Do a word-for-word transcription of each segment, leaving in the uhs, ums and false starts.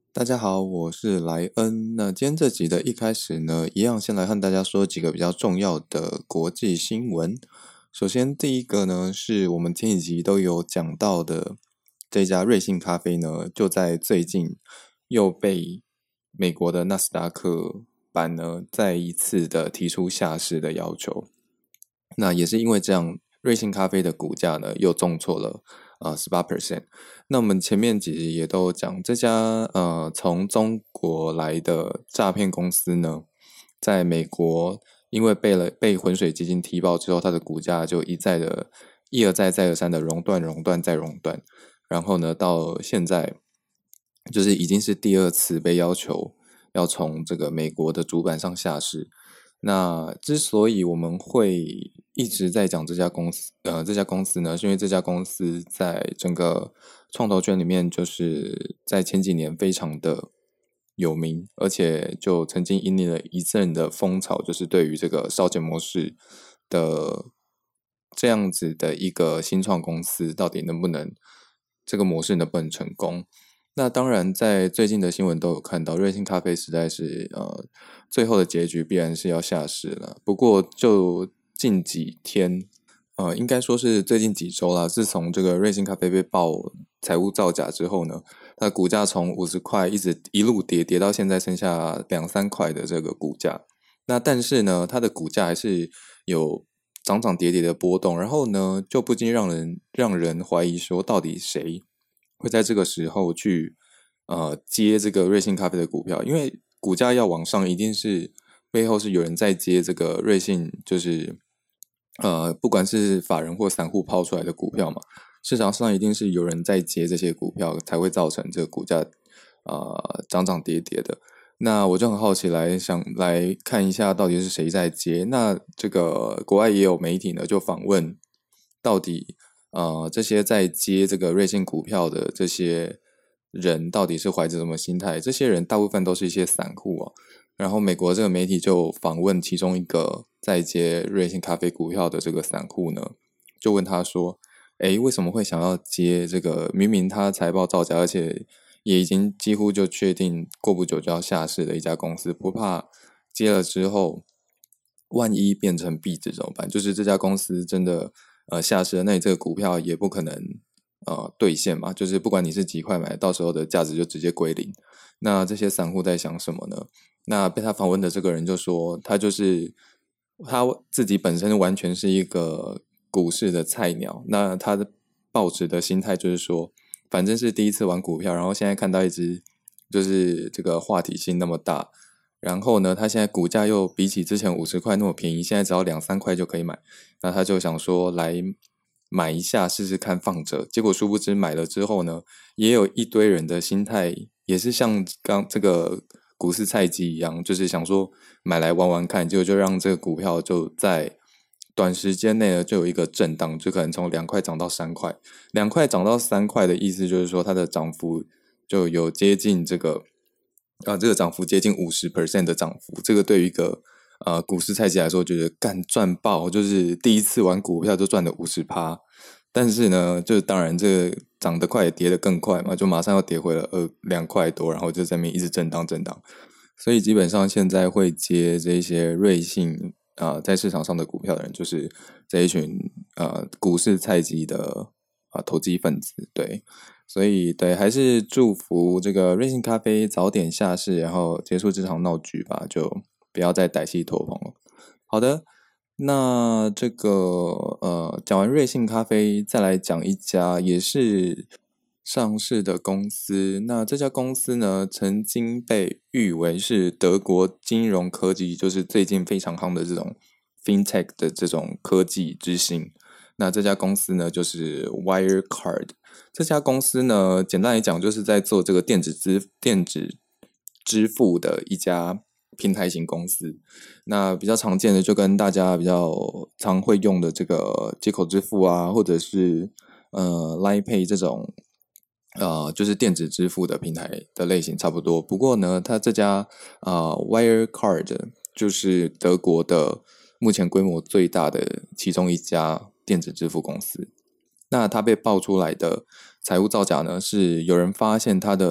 大家好，我是莱恩。那今天这集的一开始呢，一样先来和大家说几个比较重要的国际新闻。首先，第一个呢，是我们前几集都有讲到的，这家瑞幸咖啡呢，就在最近又被美国的纳斯达克版呢，再一次的提出下市的要求。那也是因为这样，瑞幸咖啡的股价呢，又重挫了。呃，十八 percent。那我们前面几集也都讲，这家呃从中国来的诈骗公司呢，在美国因为被了被浑水基金踢爆之后，它的股价就一再的一而再再而三的熔断、熔断再熔断，然后呢，到现在就是已经是第二次被要求要从这个美国的主板上下市。那之所以我们会一直在讲这家公司，呃，这家公司呢，是因为这家公司在整个创投圈里面，就是在前几年非常的有名，而且就曾经引领了一阵的风潮，就是对于这个烧钱模式的这样子的一个新创公司，到底能不能这个模式能不能成功？那当然，在最近的新闻都有看到，瑞幸咖啡实在是呃，最后的结局必然是要下市了。不过就近几天，呃，应该说是最近几周啦，自从这个瑞幸咖啡被曝财务造假之后呢，它股价从五十块一直一路跌，跌到现在剩下两三块的这个股价。那但是呢，它的股价还是有涨涨跌跌的波动，然后呢，就不禁让人让人怀疑说，到底谁会在这个时候去呃接这个瑞幸咖啡的股票？因为股价要往上，一定是背后是有人在接这个瑞幸，就是呃不管是法人或散户抛出来的股票嘛，市场上一定是有人在接这些股票，才会造成这个股价呃涨涨跌跌的。那我就很好奇来想来看一下到底是谁在接。那这个国外也有媒体呢，就访问到底呃这些在接这个瑞幸股票的这些人到底是怀着什么心态？这些人大部分都是一些散户哦。然后美国这个媒体就访问其中一个在接瑞幸咖啡股票的这个散户呢，就问他说：诶，为什么会想要接这个？明明他财报造假，而且也已经几乎就确定过不久就要下市的一家公司，不怕接了之后，万一变成壁纸怎么办？就是这家公司真的呃下市了，那你这个股票也不可能呃兑现嘛，就是不管你是几块买，到时候的价值就直接归零。那这些散户在想什么呢？那被他访问的这个人就说，他就是他自己本身完全是一个股市的菜鸟，那他的抱持的心态就是说，反正是第一次玩股票，然后现在看到一只就是这个话题性那么大，然后呢，他现在股价又比起之前五十块那么便宜，现在只要两三块就可以买，那他就想说来买一下试试看放着，结果殊不知买了之后呢，也有一堆人的心态也是像刚这个股市菜鸡一样，就是想说买来玩玩看，结果就让这个股票就在短时间内呢就有一个震荡，就可能从两块涨到三块，两块涨到三块的意思就是说它的涨幅就有接近这个啊，这个涨幅接近五十 percent 的涨幅，这个对于一个呃股市菜鸡来说，觉得干赚爆，就是第一次玩股票就赚了五十趴。但是呢，就当然这个涨得快也跌得更快嘛，就马上要跌回了呃两块多，然后就在那边一直震荡震荡。所以基本上现在会接这些瑞幸啊、呃、在市场上的股票的人，就是这一群呃股市菜鸡的啊、呃、投机分子，对。所以对，还是祝福这个瑞幸咖啡早点下市，然后结束这场闹剧吧，就不要再歹戏拖棚了。好的，那这个呃，讲完瑞幸咖啡，再来讲一家也是上市的公司。那这家公司呢，曾经被誉为是德国金融科技，就是最近非常夯的这种 fintech 的这种科技之星。那这家公司呢，就是 Wirecard。这家公司呢，简单来讲，就是在做这个电子支电子支付的一家平台型公司。那比较常见的，就跟大家比较常会用的这个接口支付啊，或者是呃 Line Pay 这种呃就是电子支付的平台的类型差不多。不过呢，它这家啊、呃、Wirecard 就是德国的目前规模最大的其中一家电子支付公司。那它被爆出来的财务造假呢，是有人发现它的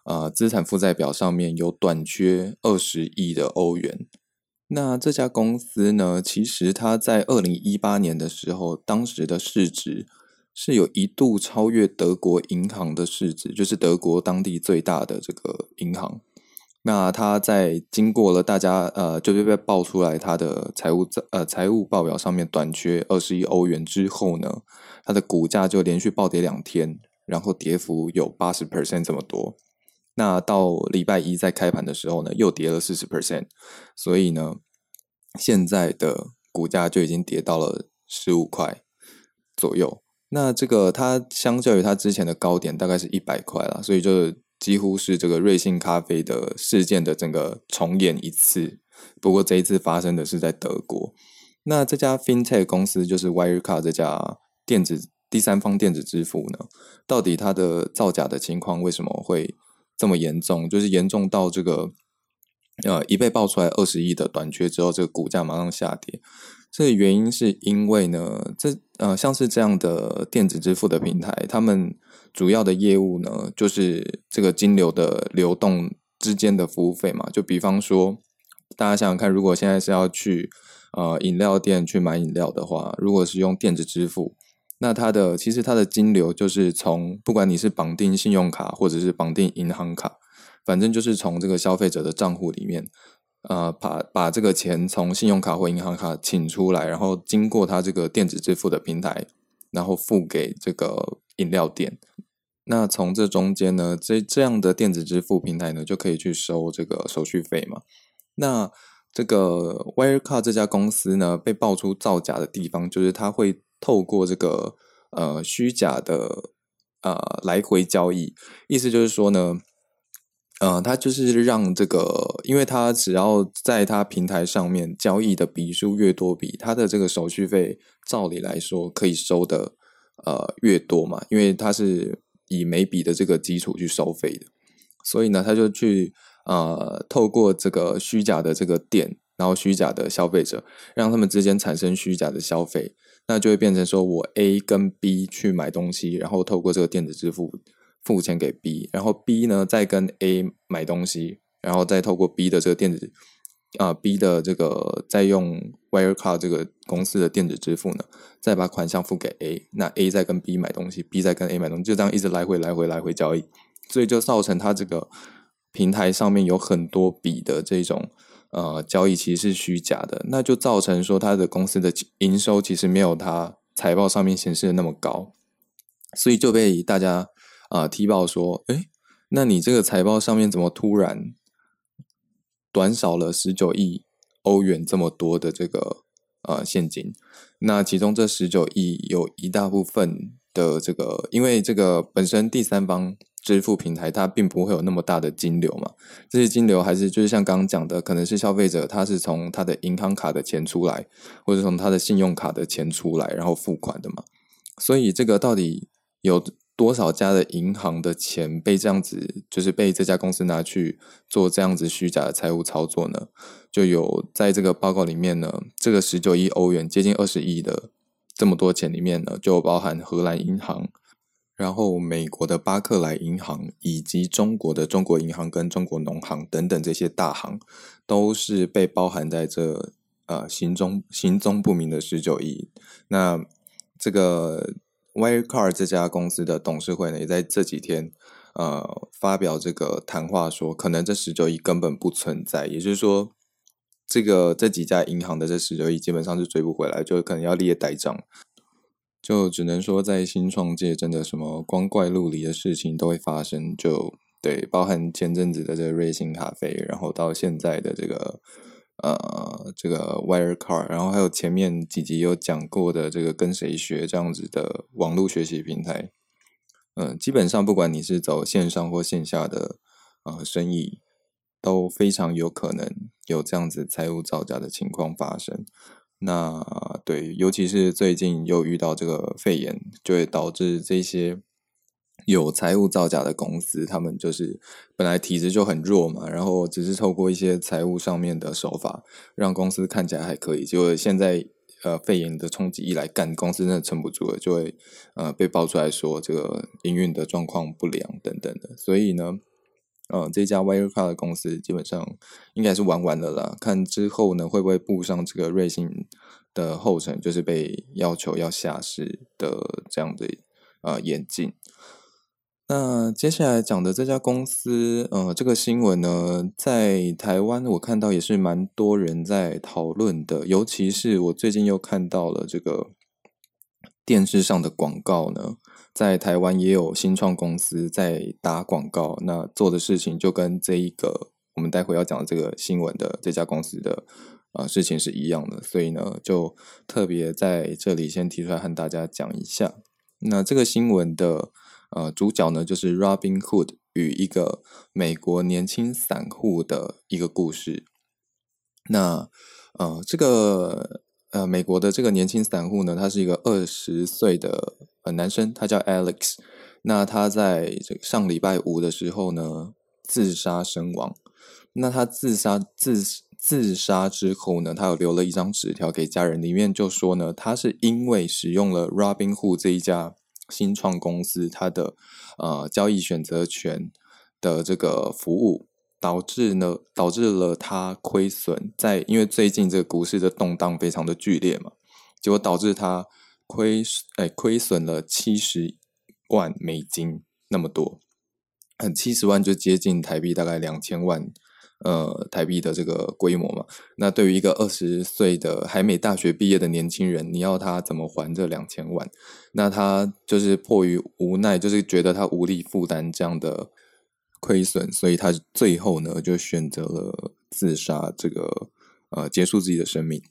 呃资产负债表上面有短缺二十亿的欧元。那这家公司呢，其实它在二零一八年的时候，当时的市值是有一度超越德国银行的市值，就是德国当地最大的这个银行。那它在经过了大家呃，就是被爆出来它的财务呃财务报表上面短缺二十亿欧元之后呢，它的股价就连续暴跌两天，然后跌幅有 百分之八十 这么多。那到礼拜一在开盘的时候呢，又跌了 百分之四十， 所以呢，现在的股价就已经跌到了十五块左右。那这个它相较于它之前的高点大概是一百块啦，所以就几乎是这个瑞幸咖啡的事件的整个重演一次。不过这一次发生的是在德国。那这家 FinTech 公司就是 Wirecard 这家电子第三方电子支付呢，到底它的造假的情况为什么会这么严重？就是严重到这个呃一被爆出来二十亿的短缺之后，这个股价马上下跌。这个原因是因为呢，这呃像是这样的电子支付的平台，他们主要的业务呢，就是这个金流的流动之间的服务费嘛。就比方说，大家想想看，如果现在是要去呃饮料店去买饮料的话，如果是用电子支付，那它的其实它的金流就是从不管你是绑定信用卡或者是绑定银行卡，反正就是从这个消费者的账户里面，呃，把把这个钱从信用卡或银行卡请出来，然后经过它这个电子支付的平台，然后付给这个饮料店。那从这中间呢，这这样的电子支付平台呢，就可以去收这个手续费嘛。那这个 Wirecard 这家公司呢，被爆出造假的地方，就是它会透过这个呃虚假的呃来回交易，意思就是说呢，呃，它就是让这个，因为它只要在它平台上面交易的笔数越多笔，它的这个手续费照理来说可以收的呃越多嘛，因为它是以每笔的这个基础去收费的，所以呢，他就去呃透过这个虚假的这个店，然后虚假的消费者，让他们之间产生虚假的消费，那就会变成说我 A 跟 B 去买东西，然后透过这个电子支付付钱给 B， 然后 B 呢再跟 A 买东西，然后再透过 B 的这个电子啊、呃、B 的这个再用 Wirecard 这个公司的电子支付呢，再把款项付给 A， 那 A 再跟 B 买东西 ，B 再跟 A 买东西，就这样一直来回来回来回交易，所以就造成它这个平台上面有很多笔的这种呃交易其实是虚假的，那就造成说它的公司的营收其实没有它财报上面显示的那么高，所以就被大家啊、呃、踢爆说，诶，那你这个财报上面怎么突然短少了十九亿欧元这么多的这个呃现金？那其中这十九亿有一大部分的这个，因为这个本身第三方支付平台它并不会有那么大的金流嘛，这些金流还是就是像刚刚讲的，可能是消费者他是从他的银行卡的钱出来，或者从他的信用卡的钱出来，然后付款的嘛。所以这个到底有多少家的银行的钱被这样子，就是被这家公司拿去做这样子虚假的财务操作呢？就有在这个报告里面呢，这个十九亿欧元，接近二十亿的这么多钱里面呢，就包含荷兰银行，然后美国的巴克莱银行，以及中国的中国银行跟中国农行等等这些大行，都是被包含在这呃行踪行踪不明的十九亿。那这个 Wirecard 这家公司的董事会呢，也在这几天呃发表这个谈话说，可能这十九亿根本不存在，也就是说，这个这几家银行的这十九亿基本上是追不回来，就可能要列呆账。就只能说，在新创界真的什么光怪陆离的事情都会发生，就对，包含前阵子的这个瑞幸咖啡，然后到现在的这个呃这个 Wirecard，然后还有前面几集有讲过的这个跟谁学这样子的网络学习平台，嗯、呃，基本上不管你是走线上或线下的呃生意，都非常有可能有这样子财务造假的情况发生。那对，尤其是最近又遇到这个肺炎，就会导致这些有财务造假的公司，他们就是本来体质就很弱嘛，然后只是透过一些财务上面的手法，让公司看起来还可以，结果现在呃肺炎的冲击一来，干公司真的撑不住了，就会呃被爆出来说这个营运的状况不良等等的，所以呢。 呃，这家 Wirecard 的公司基本上应该是玩完了啦，看之后呢会不会步上这个瑞信的后尘，就是被要求要下市的这样的呃演进。那接下来讲的这家公司，呃，这个新闻呢，在台湾我看到也是蛮多人在讨论的，尤其是我最近又看到了这个电视上的广告呢，在台湾也有新创公司在打广告，那做的事情就跟这一个我们待会要讲的这个新闻的这家公司的呃事情是一样的，所以呢，就特别在这里先提出来和大家讲一下。那这个新闻的呃主角呢，就是 Robinhood 与一个美国年轻散户的一个故事。那呃这个呃美国的这个年轻散户呢，他是一个二十岁的呃男生，他叫 Alex。那他在这个上礼拜五的时候呢，自杀身亡。那他自杀自自杀之后呢，他有留了一张纸条给家人，里面就说呢，他是因为使用了 Robinhood 这一家新创公司它的呃交易选择权的这个服务，导致呢导致了他亏损，在因为最近这个股市的动荡非常的剧烈嘛，结果导致他亏哎亏损了七十万美金那么多，嗯，七十万就接近台币大概两千万。呃，台币的这个规模嘛，那对于一个二十岁的还没大学毕业的年轻人，你要他怎么还这两千万？那他就是迫于无奈，就是觉得他无力负担这样的亏损，所以他最后呢就选择了自杀，这个呃结束自己的生命。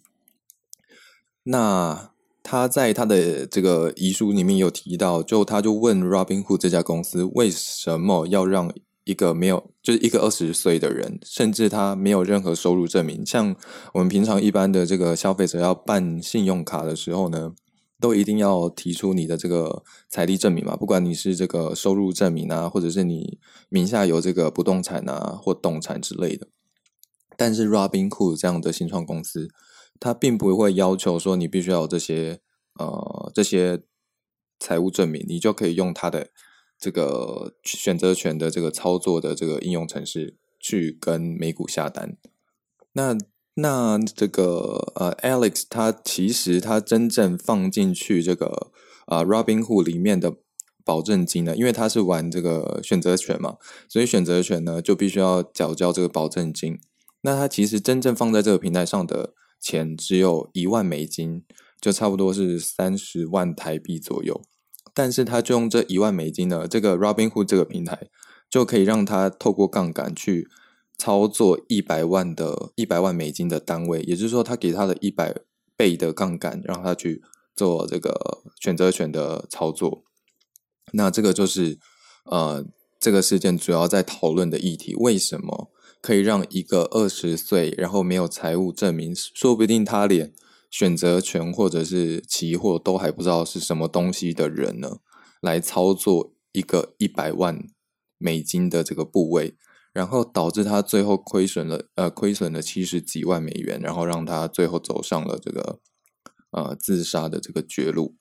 那他在他的这个遗书里面有提到，就他就问 Robinhood 这家公司为什么要让一个没有，就是一个二十岁的人，甚至他没有任何收入证明，像我们平常一般的这个消费者要办信用卡的时候呢，都一定要提出你的这个财力证明嘛，不管你是这个收入证明啊，或者是你名下有这个不动产啊或动产之类的。但是 Robinhood 这样的新创公司，它并不会要求说你必须要有这些呃这些财务证明，你就可以用它的这个选择权的这个操作的这个应用程式去跟美股下单。那那这个呃 Alex 他其实他真正放进去这个呃 Robinhood 里面的保证金呢，因为他是玩这个选择权嘛，所以选择权呢就必须要缴交这个保证金。那他其实真正放在这个平台上的钱只有一万美金，就差不多是三十万台币左右。但是他就用这一万美金呢，这个 Robinhood 这个平台就可以让他透过杠杆去操作一百万的一百万美金的单位，也就是说，他给他的一百倍的杠杆，让他去做这个选择权的操作。那这个就是呃这个事件主要在讨论的议题，为什么可以让一个二十岁然后没有财务证明，说不定他连选择权或者是期货都还不知道是什么东西的人呢，来操作一个一百万美金的这个部位，然后导致他最后亏损了，呃，亏损了七十几万美元，然后让他最后走上了这个呃自杀的这个绝路。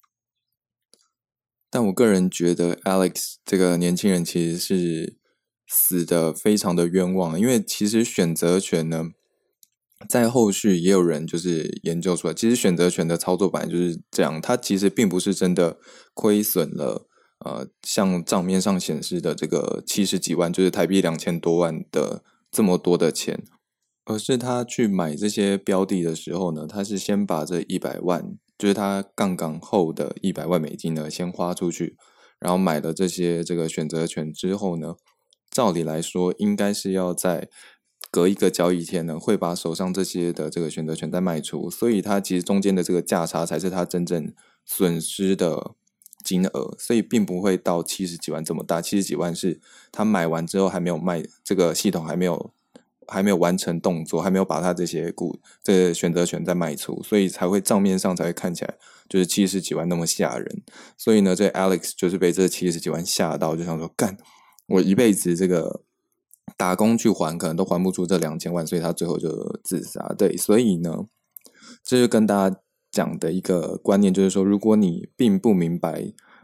但我个人觉得 Alex 这个年轻人其实是死的非常的冤枉，因为其实选择权呢，在后续也有人就是研究出来，其实选择权的操作本来就是这样，它其实并不是真的亏损了，呃，像账面上显示的这个七十几万，就是台币两千多万的这么多的钱，而是他去买这些标的的时候呢，他是先把这一百万，就是他杠杆后的一百万美金呢，先花出去，然后买了这些这个选择权之后呢，照理来说应该是要在隔一个交易天呢，会把手上这些的这个选择权再卖出，所以它其实中间的这个价差才是它真正损失的金额，所以并不会到七十几万这么大。七十几万是他买完之后还没有卖，这个系统还没有还没有完成动作，还没有把他这些股这个选择权再卖出，所以才会账面上才会看起来就是七十几万那么吓人。所以呢，这 Alex 就是被这七十几万吓到，就想说干，我一辈子这个打工去还，可能都还不出这两千万，所以他最后就自杀。对，所以呢，这就跟大家讲的一个观念，就是说，如果你并不明白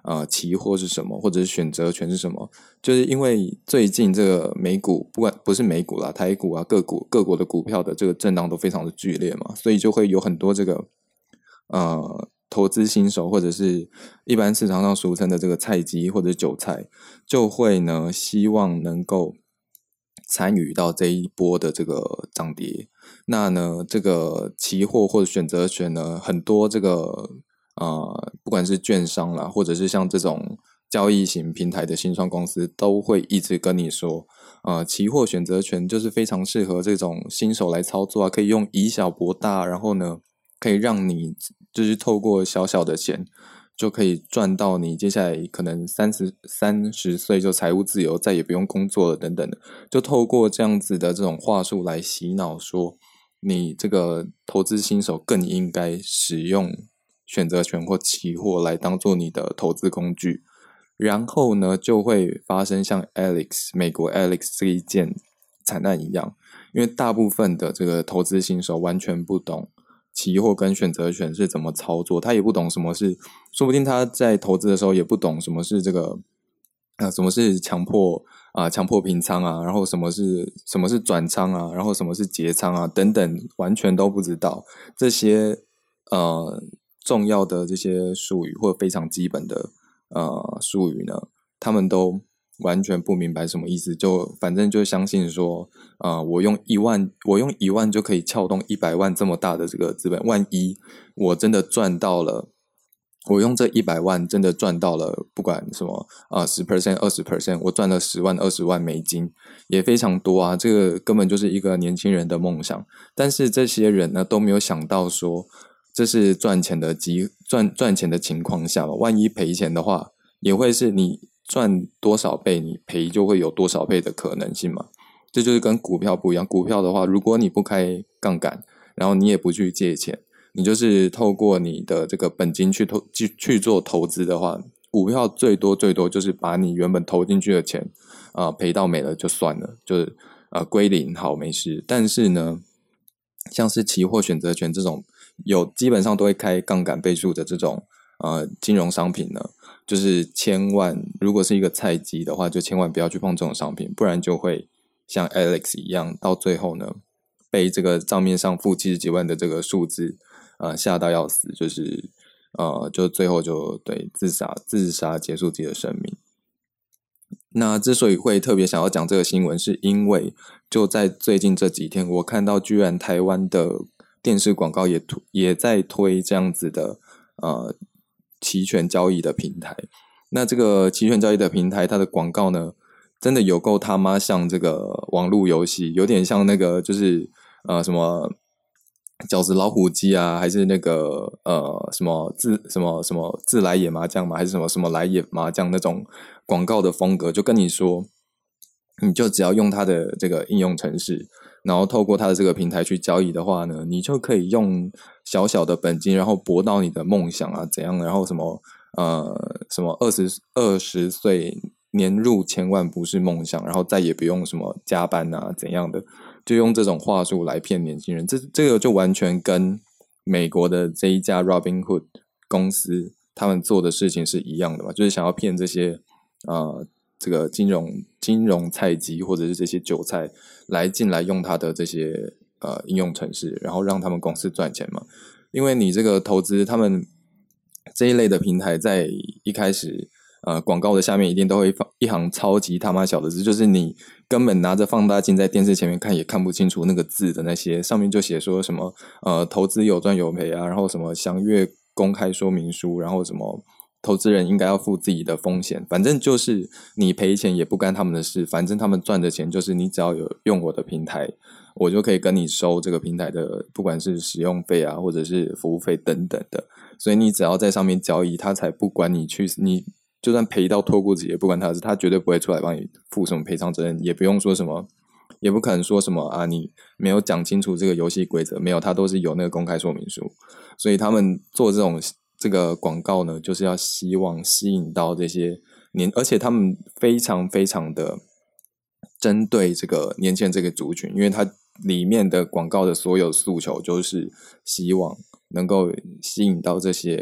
呃期货是什么，或者是选择权是什么，就是因为最近这个美股，不管不是美股啦，台股啊，各股各国的股票的这个震荡都非常的剧烈嘛，所以就会有很多这个呃投资新手或者是一般市场上俗称的这个菜鸡或者韭菜，就会呢希望能够参与到这一波的这个涨跌。那呢这个期货或者选择权呢，很多这个呃不管是券商啦，或者是像这种交易型平台的新创公司，都会一直跟你说呃期货选择权就是非常适合这种新手来操作啊，可以用以小博大，然后呢可以让你就是透过小小的钱就可以赚到你接下来可能三十三十岁就财务自由，再也不用工作了等等的，就透过这样子的这种话术来洗脑说你这个投资新手更应该使用选择权或期货来当做你的投资工具，然后呢就会发生像 Alex 美国 Alex 这一件惨案一样，因为大部分的这个投资新手完全不懂期货跟选择权是怎么操作，他也不懂什么是，说不定他在投资的时候也不懂什么是这个呃，什么是强迫啊、呃，强迫平仓啊，然后什么是什么是转仓啊，然后什么是结仓啊，等等，完全都不知道这些呃重要的这些术语或非常基本的呃术语呢，他们都完全不明白什么意思，就反正就相信说，呃，我用一万，我用一万就可以撬动一百万这么大的这个资本，万一我真的赚到了。我用这一百万真的赚到了，不管什么啊，十 percent、二十 percent，我赚了十万、二十万美金，也非常多啊。这个根本就是一个年轻人的梦想。但是这些人呢都没有想到说，这是赚钱的机赚赚钱的情况下嘛，万一赔钱的话，也会是你赚多少倍，你赔就会有多少倍的可能性嘛。这就是跟股票不一样。股票的话，如果你不开杠杆，然后你也不去借钱。你就是透过你的这个本金去投去去做投资的话，股票最多最多就是把你原本投进去的钱啊、呃、赔到没了就算了，就是呃归零，好没事。但是呢，像是期货选择权这种有基本上都会开杠杆倍数的这种呃金融商品呢，就是千万如果是一个菜鸡的话，就千万不要去碰这种商品，不然就会像 Alex 一样，到最后呢被这个账面上负七十几万的这个数字。呃，吓到要死，就是呃，就最后就对自杀自杀结束自己的生命。那之所以会特别想要讲这个新闻，是因为就在最近这几天，我看到居然台湾的电视广告也也在推这样子的呃期权交易的平台。那这个期权交易的平台，它的广告呢，真的有够他妈像这个网络游戏，有点像那个就是呃什么。饺子老虎机啊，还是那个呃什么自什么什么自来也麻将嘛，还是什么什么来也麻将那种广告的风格，就跟你说，你就只要用它的这个应用程式，然后透过它的这个平台去交易的话呢，你就可以用小小的本金，然后博到你的梦想啊，怎样，然后什么呃什么二十二十岁年入千万不是梦想，然后再也不用什么加班啊怎样的。就用这种话术来骗年轻人，这这个就完全跟美国的这一家 Robinhood 公司他们做的事情是一样的嘛，就是想要骗这些呃这个金融金融菜鸡或者是这些韭菜来进来用他的这些呃应用程式，然后让他们公司赚钱嘛。因为你这个投资，他们这一类的平台在一开始。呃，广告的下面一定都会放一行超级他妈小的字，就是你根本拿着放大镜在电视前面看也看不清楚那个字的那些，上面就写说什么呃投资有赚有赔啊，然后什么详阅公开说明书，然后什么投资人应该要负自己的风险，反正就是你赔钱也不干他们的事，反正他们赚的钱就是你只要有用我的平台，我就可以跟你收这个平台的不管是使用费啊，或者是服务费等等的，所以你只要在上面交易，他才不管你去你。就算赔到脱裤子也不管他是，他绝对不会出来帮你负什么赔偿责任，也不用说什么，也不可能说什么啊，你没有讲清楚这个游戏规则，没有，他都是有那个公开说明书，所以他们做这种这个广告呢，就是要希望吸引到这些年，而且他们非常非常的针对这个年轻人这个族群，因为它里面的广告的所有诉求就是希望能够吸引到这些。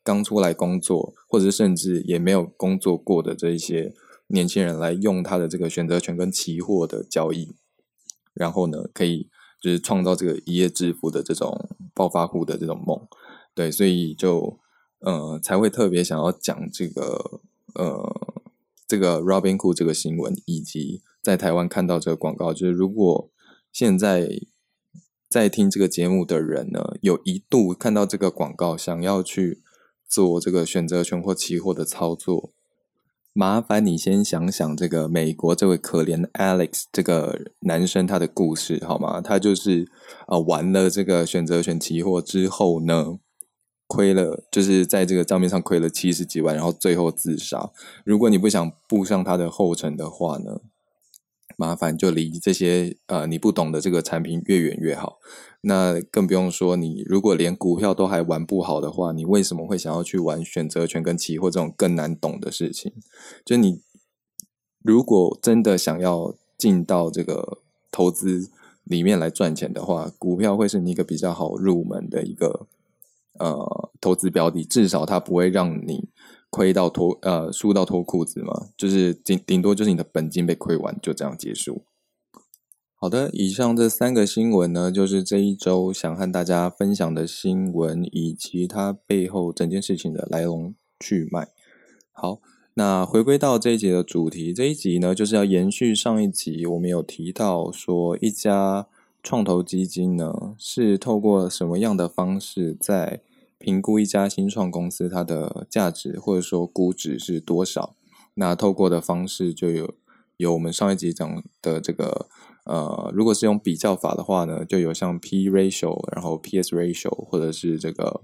刚出来工作，或者是甚至也没有工作过的这一些年轻人来用他的这个选择权跟期货的交易，然后呢，可以就是创造这个一夜致富的这种暴发户的这种梦。对，所以就呃才会特别想要讲这个呃这个 Robinhood 这个新闻，以及在台湾看到这个广告，就是如果现在在听这个节目的人呢，有一度看到这个广告，想要去做这个选择权或期货的操作，麻烦你先想想这个美国这位可怜的 Alex 这个男生他的故事好吗？他就是呃玩了这个选择权期货之后呢，亏了，就是在这个账面上亏了七十几万，然后最后自杀。如果你不想步上他的后尘的话呢，麻烦就离这些呃你不懂的这个产品越远越好。那更不用说你如果连股票都还玩不好的话，你为什么会想要去玩选择权跟期货这种更难懂的事情？就你如果真的想要进到这个投资里面来赚钱的话，股票会是你一个比较好入门的一个呃投资标的，至少它不会让你亏到脱呃输到脱裤子嘛，就是顶顶多就是你的本金被亏完就这样结束。好的，以上这三个新闻呢，就是这一周想和大家分享的新闻，以及它背后整件事情的来龙去脉。好，那回归到这一集的主题，这一集呢，就是要延续上一集我们有提到说，一家创投基金呢，是透过什么样的方式在评估一家新创公司它的价值，或者说估值是多少。那透过的方式就有有我们上一集讲的这个呃，如果是用比较法的话呢，就有像 P ratio， 然后 P S ratio， 或者是这个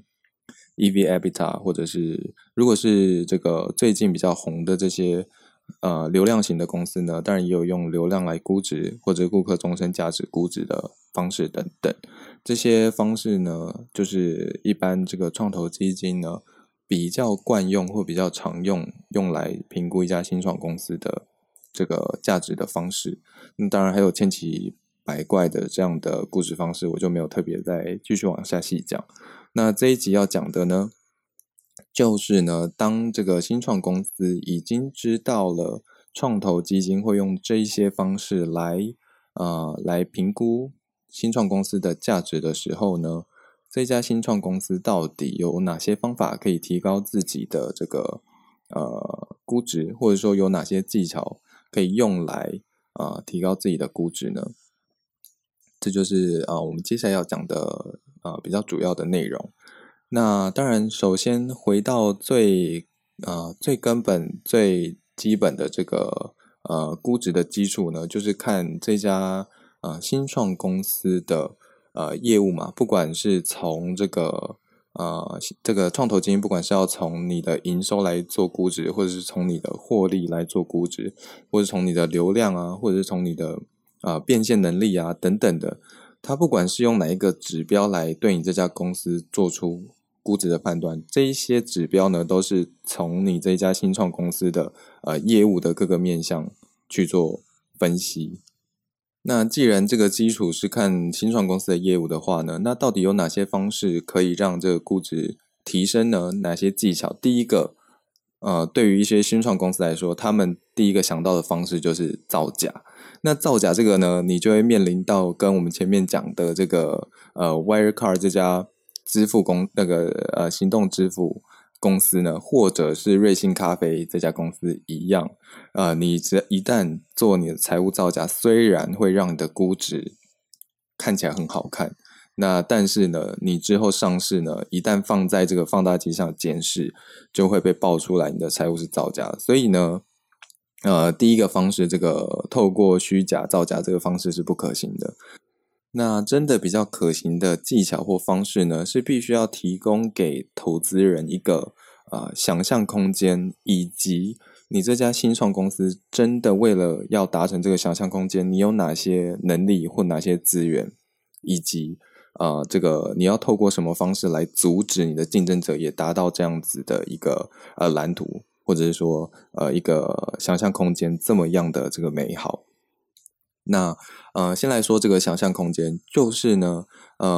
E V EBITDA， 或者是如果是这个最近比较红的这些呃流量型的公司呢，当然也有用流量来估值，或者顾客终身价值估值的方式等等。这些方式呢，就是一般这个创投基金呢比较惯用或比较常用，用来评估一家新创公司的这个价值的方式。那当然还有千奇百怪的这样的估值方式，我就没有特别再继续往下细讲。那这一集要讲的呢，就是呢，当这个新创公司已经知道了创投基金会用这一些方式来呃来评估新创公司的价值的时候呢，这家新创公司到底有哪些方法可以提高自己的这个呃估值，或者说有哪些技巧可以用来呃提高自己的估值呢？这就是呃我们接下来要讲的呃比较主要的内容。那当然，首先回到最呃最根本、最基本的这个呃估值的基础呢，就是看这家呃新创公司的呃业务嘛，不管是从这个呃这个创投基金，不管是要从你的营收来做估值，或者是从你的获利来做估值，或者从你的流量啊，或者是从你的呃变现能力啊等等的，它不管是用哪一个指标来对你这家公司做出估值的判断，这一些指标呢，都是从你这一家新创公司的呃业务的各个面向去做分析。那既然这个基础是看新创公司的业务的话呢，那到底有哪些方式可以让这个估值提升呢？哪些技巧？第一个，呃，对于一些新创公司来说，他们第一个想到的方式就是造假。那造假这个呢，你就会面临到跟我们前面讲的这个呃 Wirecard 这家支付公那个呃行动支付公司呢，或者是瑞幸咖啡这家公司一样，呃，你只一旦做你的财务造假，虽然会让你的估值看起来很好看，那但是呢，你之后上市呢，一旦放在这个放大镜上检视，就会被爆出来你的财务是造假。所以呢，呃，第一个方式，这个透过虚假造假这个方式是不可行的。那真的比较可行的技巧或方式呢，是必须要提供给投资人一个呃想象空间，以及你这家新创公司真的为了要达成这个想象空间，你有哪些能力或哪些资源，以及呃这个你要透过什么方式来阻止你的竞争者也达到这样子的一个呃蓝图，或者是说呃一个想象空间这么样的这个美好。那呃，先来说这个想象空间，就是呢，呃，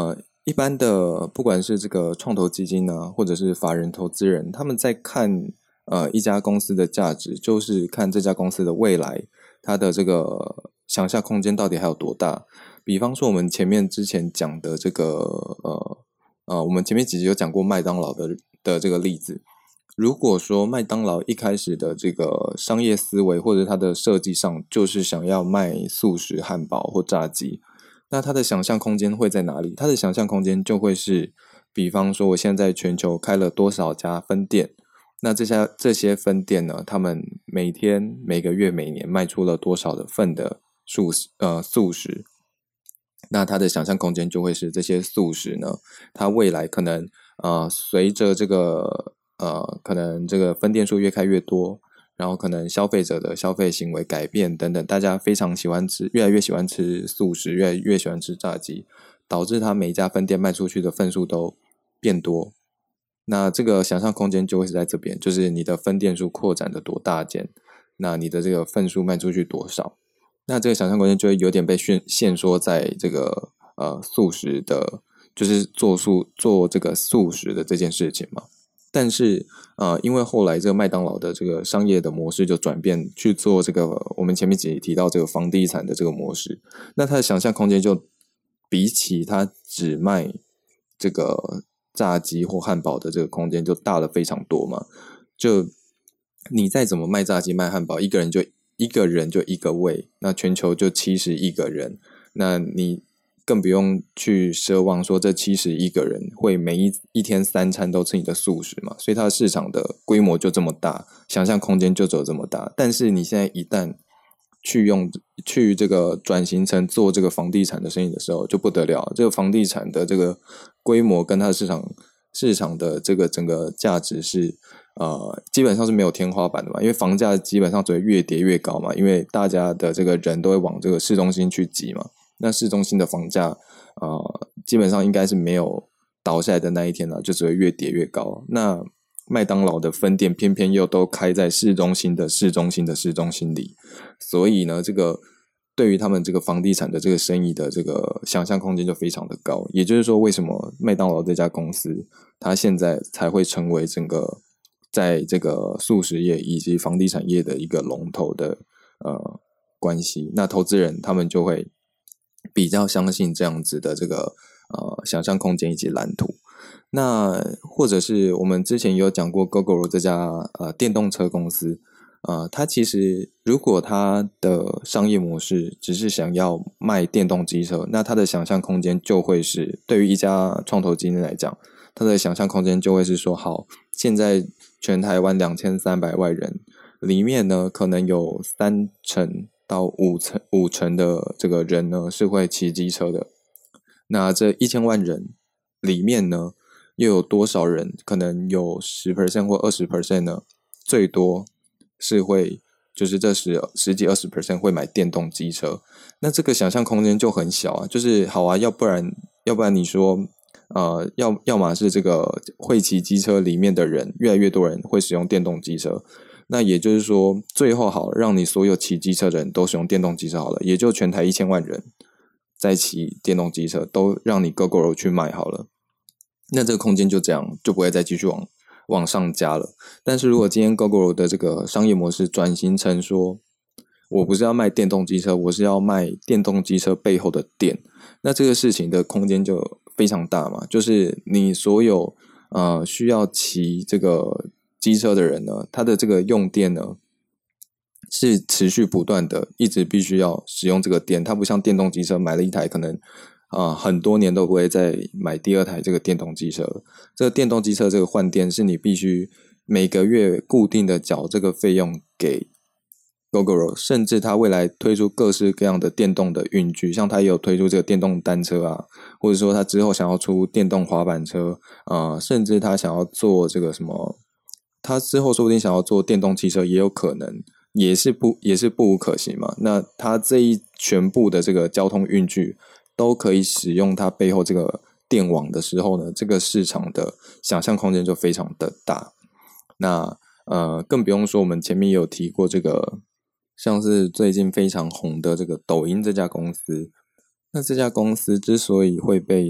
一般的不管是这个创投基金呢，或者是法人投资人，他们在看呃一家公司的价值，就是看这家公司的未来，它的这个想象空间到底还有多大。比方说我们前面之前讲的这个呃呃，我们前面几集有讲过麦当劳的的这个例子。如果说麦当劳一开始的这个商业思维或者它的设计上就是想要卖速食汉堡或炸鸡，那它的想象空间会在哪里？它的想象空间就会是，比方说我现在全球开了多少家分店，那这些这些分店呢，他们每天、每个月、每年卖出了多少的份的素食呃素食，那它的想象空间就会是这些素食呢，它未来可能呃随着这个呃可能这个分店数越开越多。然后可能消费者的消费行为改变等等，大家非常喜欢吃，越来越喜欢吃素食，越来越喜欢吃炸鸡，导致它每一家分店卖出去的份数都变多。那这个想象空间就会是在这边，就是你的分店数扩展的多大间，那你的这个份数卖出去多少，那这个想象空间就会有点被限限缩在这个呃素食的，就是做素做这个素食的这件事情嘛。但是，呃，因为后来这个麦当劳的这个商业的模式就转变去做这个，我们前面几集提到这个房地产的这个模式，那它的想象空间就比起它只卖这个炸鸡或汉堡的这个空间就大了非常多嘛。就你再怎么卖炸鸡卖汉堡，一个人就一个人就一个胃，那全球就七十亿个人，那你更不用去奢望说这七十亿个人会每一一天三餐都吃你的素食嘛，所以它的市场的规模就这么大，想象空间就只有这么大。但是你现在一旦去用去这个转型成做这个房地产的生意的时候，就不得了，这个房地产的这个规模跟它的市场市场的这个整个价值是呃基本上是没有天花板的嘛，因为房价基本上只会越跌越高嘛，因为大家的这个人都会往这个市中心去挤嘛。那市中心的房价，呃，基本上应该是没有倒下来的那一天了，就只会越跌越高。那麦当劳的分店偏偏又都开在市中心的市中心的市中心里，所以呢，这个对于他们这个房地产的这个生意的这个想象空间就非常的高。也就是说，为什么麦当劳这家公司，它现在才会成为整个在这个速食业以及房地产业的一个龙头的呃关系？那投资人他们就会比较相信这样子的这个呃想象空间以及蓝图。那或者是我们之前有讲过 Gogoro 这家呃电动车公司，呃，它其实如果它的商业模式只是想要卖电动机车，那它的想象空间就会是对于一家创投基金来讲，它的想象空间就会是说，好，现在全台湾两千三百万人里面呢，可能有三成到五成五成的这个人呢是会骑机车的。那这一千万人里面呢，又有多少人可能有 百分之十 或 百分之二十 呢？最多是会就是这十十几 百分之二十 会买电动机车。那这个想象空间就很小啊，就是好啊，要不然要不然你说呃要要么是这个会骑机车里面的人越来越多人会使用电动机车，那也就是说最后好让你所有骑机车的人都使用电动机车好了，也就全台一千万人在骑电动机车都让你 Gogoro 去买好了，那这个空间就这样就不会再继续往往上加了。但是如果今天 Gogoro 的这个商业模式转型成说，我不是要卖电动机车，我是要卖电动机车背后的电，那这个事情的空间就非常大嘛。就是你所有呃需要骑这个机车的人呢，他的这个用电呢是持续不断的，一直必须要使用这个电。它不像电动机车，买了一台可能啊、呃、很多年都不会再买第二台这个电动机车。这个电动机车这个换电是你必须每个月固定的缴这个费用给 Gogoro， 甚至它未来推出各式各样的电动的运具，像它也有推出这个电动单车啊，或者说它之后想要出电动滑板车啊、呃，甚至它想要做这个什么，它之后说不定想要做电动汽车也有可能。也是不也是不无可行嘛。那它这一全部的这个交通运具都可以使用它背后这个电网的时候呢，这个市场的想象空间就非常的大。那呃，更不用说我们前面也有提过这个，像是最近非常红的这个抖音这家公司。那这家公司之所以会被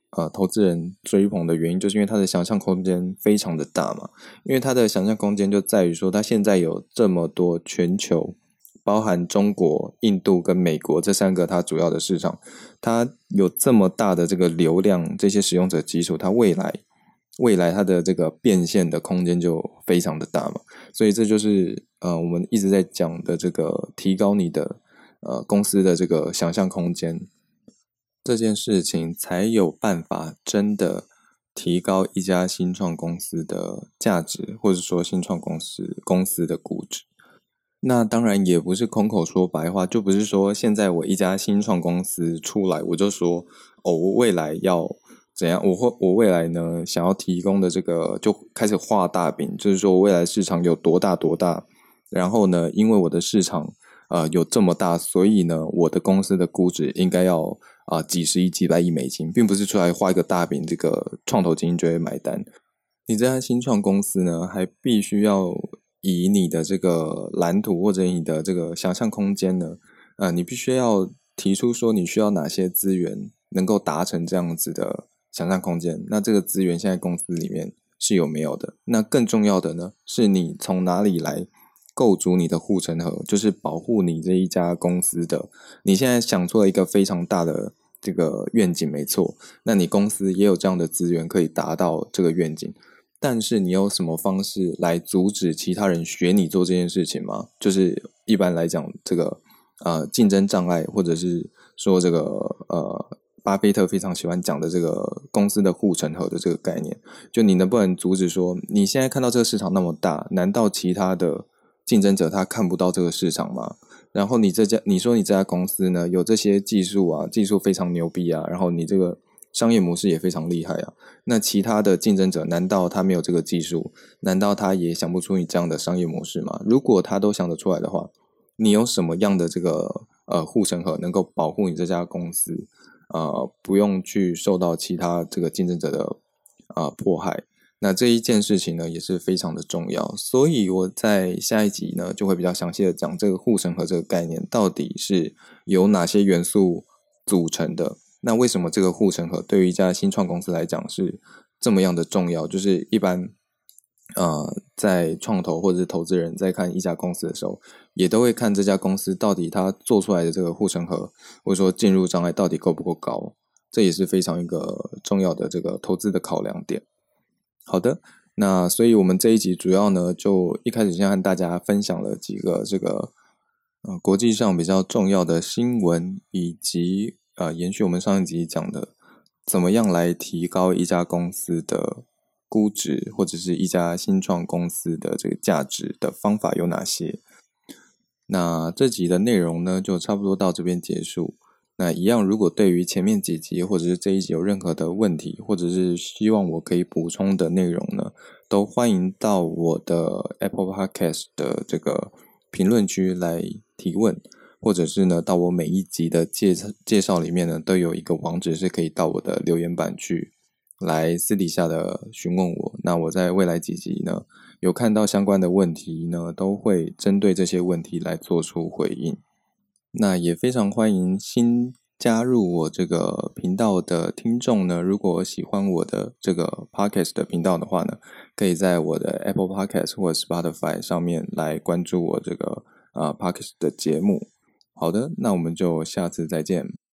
呃投资人追捧的原因，就是因为它的想象空间非常的大嘛。因为它的想象空间就在于说，它现在有这么多全球，包含中国、印度跟美国这三个它主要的市场，它有这么大的这个流量，这些使用者基础，它未来未来它的这个变现的空间就非常的大嘛。所以这就是呃我们一直在讲的这个提高你的呃公司的这个想象空间，这件事情才有办法真的提高一家新创公司的价值，或者说新创公司公司的估值。那当然也不是空口说白话，就不是说现在我一家新创公司出来，我就说哦，我未来要怎样，我会我未来呢想要提供的这个就开始画大饼，就是说我未来市场有多大多大，然后呢，因为我的市场呃有这么大，所以呢，我的公司的估值应该要啊、呃、几十亿、几百亿美金，并不是出来画一个大饼，这个创投基金就会买单。你这家新创公司呢，还必须要以你的这个蓝图或者你的这个想象空间呢，呃，你必须要提出说你需要哪些资源能够达成这样子的想象空间。那这个资源现在公司里面是有没有的？那更重要的呢，是你从哪里来构筑你的护城河，就是保护你这一家公司的。你现在想出了一个非常大的这个愿景，没错，那你公司也有这样的资源可以达到这个愿景。但是你有什么方式来阻止其他人学你做这件事情吗？就是一般来讲，这个呃竞争障碍，或者是说这个呃巴菲特非常喜欢讲的这个公司的护城河的这个概念，就你能不能阻止说，你现在看到这个市场那么大，难道其他的竞争者他看不到这个市场吗？然后你这家你说你这家公司呢有这些技术啊，技术非常牛逼啊，然后你这个商业模式也非常厉害啊，那其他的竞争者难道他没有这个技术？难道他也想不出你这样的商业模式吗？如果他都想得出来的话，你有什么样的这个呃护城河能够保护你这家公司呃不用去受到其他这个竞争者的呃迫害？那这一件事情呢也是非常的重要，所以我在下一集呢就会比较详细的讲这个护城河这个概念到底是由哪些元素组成的。那为什么这个护城河对于一家新创公司来讲是这么样的重要？就是一般呃，在创投或者是投资人在看一家公司的时候，也都会看这家公司到底它做出来的这个护城河，或者说进入障碍到底够不够高，这也是非常一个重要的这个投资的考量点。好的，那所以我们这一集主要呢，就一开始先和大家分享了几个这个呃国际上比较重要的新闻，以及呃延续我们上一集讲的，怎么样来提高一家公司的估值，或者是一家新创公司的这个价值的方法有哪些。那这集的内容呢，就差不多到这边结束。那一样，如果对于前面几集或者是这一集有任何的问题，或者是希望我可以补充的内容呢，都欢迎到我的 Apple Podcast 的这个评论区来提问，或者是呢，到我每一集的介介绍里面呢，都有一个网址是可以到我的留言板去来私底下的询问我。那我在未来几集呢，有看到相关的问题呢，都会针对这些问题来做出回应。那也非常欢迎新加入我这个频道的听众呢，如果喜欢我的这个 Podcast 的频道的话呢，可以在我的 Apple Podcast 或者 Spotify 上面来关注我这个呃 Podcast 的节目。好的，那我们就下次再见。